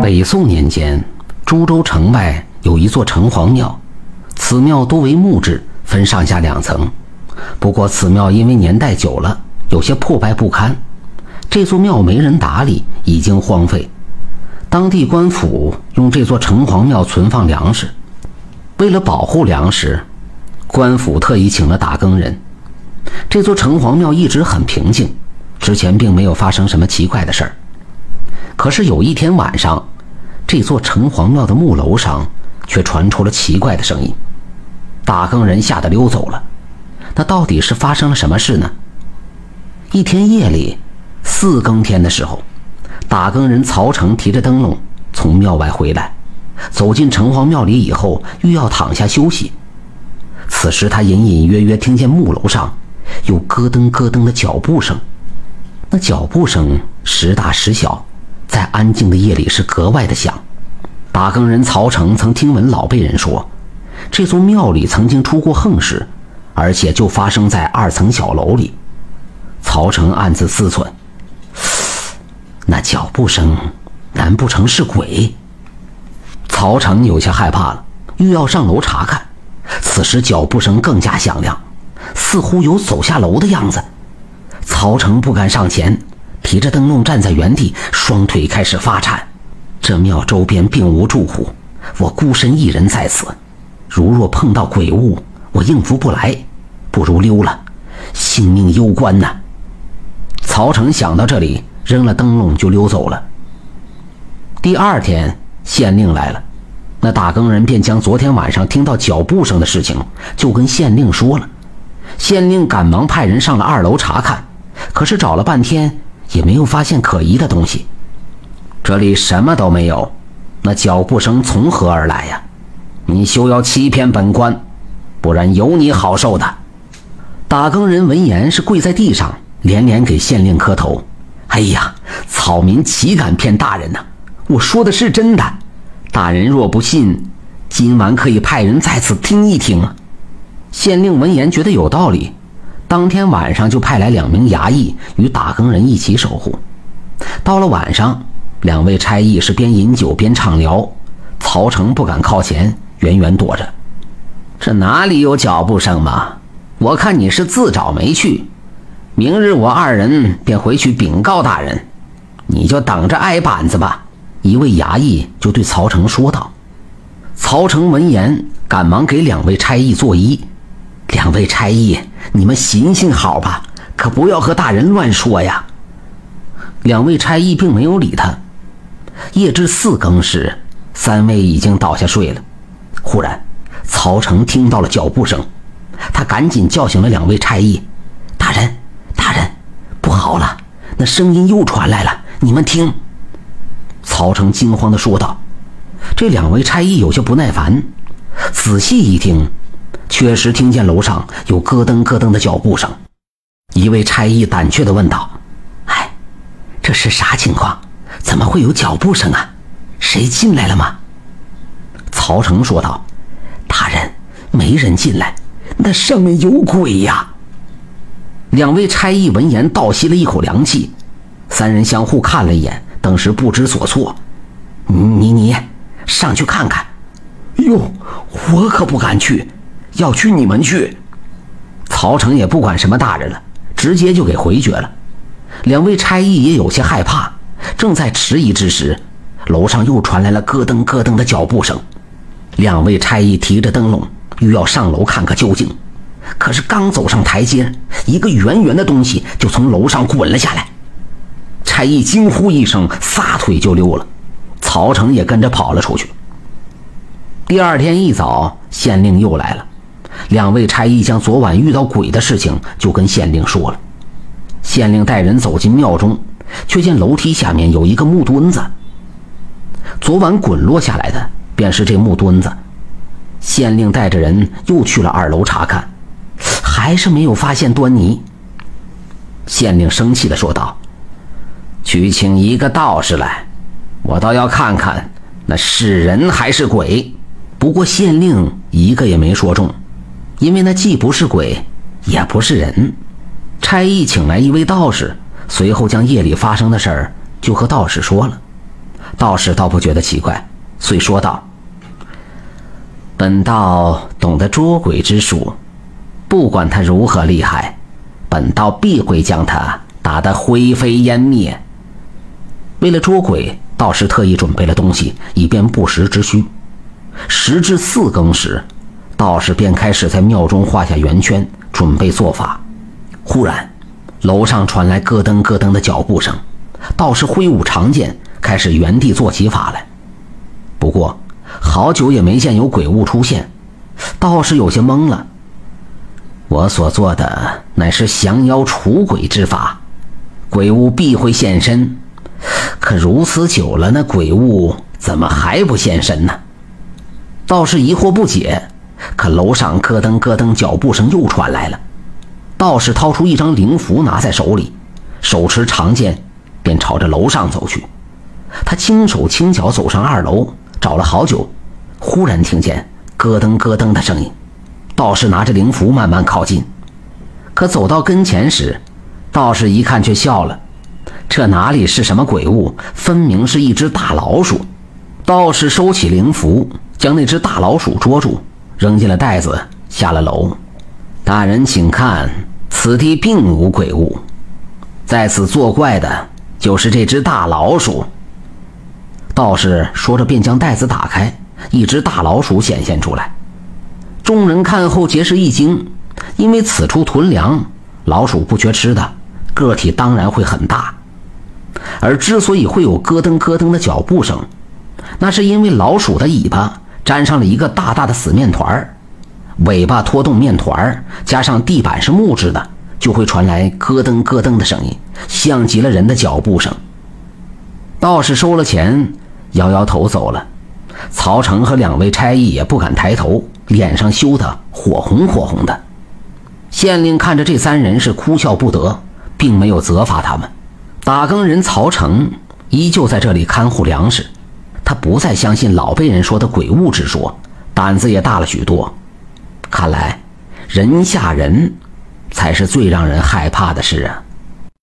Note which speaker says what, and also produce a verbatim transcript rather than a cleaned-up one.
Speaker 1: 北宋年间，株洲城外有一座城隍庙，此庙多为木质，分上下两层。不过此庙因为年代久了，有些破败不堪，这座庙没人打理，已经荒废。当地官府用这座城隍庙存放粮食，为了保护粮食，官府特意请了打更人。这座城隍庙一直很平静，之前并没有发生什么奇怪的事儿。可是有一天晚上，这座城隍庙的木楼上却传出了奇怪的声音，打更人吓得溜走了。那到底是发生了什么事呢？一天夜里，四更天的时候，打更人曹成提着灯笼从庙外回来，走进城隍庙里以后，欲要躺下休息。此时他隐隐约约听见木楼上有咯噔咯噔的脚步声，那脚步声时大时小，在安静的夜里是格外的响。打更人曹成曾听闻老辈人说，这座庙里曾经出过横事，而且就发生在二层小楼里。曹成暗自思忖，那脚步声难不成是鬼？曹成有些害怕了，欲要上楼查看。此时脚步声更加响亮，似乎有走下楼的样子。曹成不敢上前，提着灯笼站在原地，双腿开始发颤。这庙周边并无住户，我孤身一人在此，如若碰到鬼物，我应付不来，不如溜了，性命攸关呐。曹成想到这里，扔了灯笼就溜走了。第二天，县令来了，那打更人便将昨天晚上听到脚步声的事情就跟县令说了。县令赶忙派人上了二楼查看，可是找了半天也没有发现可疑的东西。这里什么都没有，那脚步声从何而来呀？你休要欺骗本官，不然有你好受的。打更人闻言是跪在地上，连连给县令磕头。哎呀，草民岂敢骗大人呢？我说的是真的，大人若不信，今晚可以派人在此听一听啊。县令闻言觉得有道理，当天晚上就派来两名衙役与打更人一起守护。到了晚上，两位差役是边饮酒边畅聊，曹成不敢靠前，远远躲着。这哪里有脚步声嘛？我看你是自找没趣，明日我二人便回去禀告大人，你就等着挨板子吧。一位衙役就对曹成说道。曹成闻言赶忙给两位差役作揖。两位差役，你们行行好吧，可不要和大人乱说呀。两位差役并没有理他。夜至四更时，三位已经倒下睡了。忽然曹成听到了脚步声，他赶紧叫醒了两位差役。大人大人，不好了，那声音又传来了，你们听。曹成惊慌地说道。这两位差役有些不耐烦，仔细一听，确实听见楼上有咯噔咯噔的脚步声。一位差役胆怯地问道，哎，这是啥情况？怎么会有脚步声啊？谁进来了吗？曹成说道，大人，没人进来，那上面有鬼呀。两位差役闻言倒吸了一口凉气，三人相互看了一眼，当时不知所措。你你上去看看。哟，我可不敢去，要去你们去。曹成也不管什么大人了，直接就给回绝了。两位差役也有些害怕，正在迟疑之时，楼上又传来了咯噔咯噔的脚步声。两位差役提着灯笼，欲要上楼看个究竟。可是刚走上台阶，一个圆圆的东西就从楼上滚了下来。差役惊呼一声，撒腿就溜了。曹成也跟着跑了出去。第二天一早，县令又来了。两位差役将昨晚遇到鬼的事情就跟县令说了。县令带人走进庙中，却见楼梯下面有一个木墩子，昨晚滚落下来的便是这木墩子。县令带着人又去了二楼查看，还是没有发现端倪。县令生气地说道，去请一个道士来，我倒要看看那是人还是鬼。不过县令一个也没说中，因为那既不是鬼也不是人。差役请来一位道士，随后将夜里发生的事儿就和道士说了。 道士倒不觉得奇怪，遂说道：本道懂得捉鬼之术，不管他如何厉害，本道必会将他打得灰飞烟灭。为了捉鬼，道士特意准备了东西，以便不时之需。时至四更时，道士便开始在庙中画下圆圈，准备做法。忽然楼上传来咯噔咯噔的脚步声，道士挥舞长剑，开始原地做起法来。不过好久也没见有鬼物出现，道士有些懵了。我所做的乃是降妖除鬼之法，鬼物必会现身，可如此久了，那鬼物怎么还不现身呢？道士疑惑不解，可楼上咯噔咯噔脚步声又传来了。道士掏出一张灵符拿在手里，手持长剑便朝着楼上走去。他轻手轻脚走上二楼，找了好久，忽然听见咯噔咯噔的声音。道士拿着灵符慢慢靠近，可走到跟前时，道士一看却笑了。这哪里是什么鬼物，分明是一只大老鼠。道士收起灵符，将那只大老鼠捉住，扔进了袋子，下了楼。大人请看，此地并无鬼物，在此作怪的就是这只大老鼠。道士说着便将袋子打开，一只大老鼠显现出来。众人看后皆是一惊，因为此处囤粮，老鼠不缺吃的，个体当然会很大。而之所以会有咯噔咯噔的脚步声，那是因为老鼠的尾巴沾上了一个大大的死面团，尾巴拖动面团，加上地板是木质的，就会传来咯噔咯噔的声音，像极了人的脚步声。道士收了钱，摇摇头走了。曹成和两位差役也不敢抬头，脸上羞得火红火红的。县令看着这三人是哭笑不得，并没有责罚他们。打更人曹成依旧在这里看护粮食，他不再相信老辈人说的鬼物之说，胆子也大了许多。看来人吓人才是最让人害怕的事啊。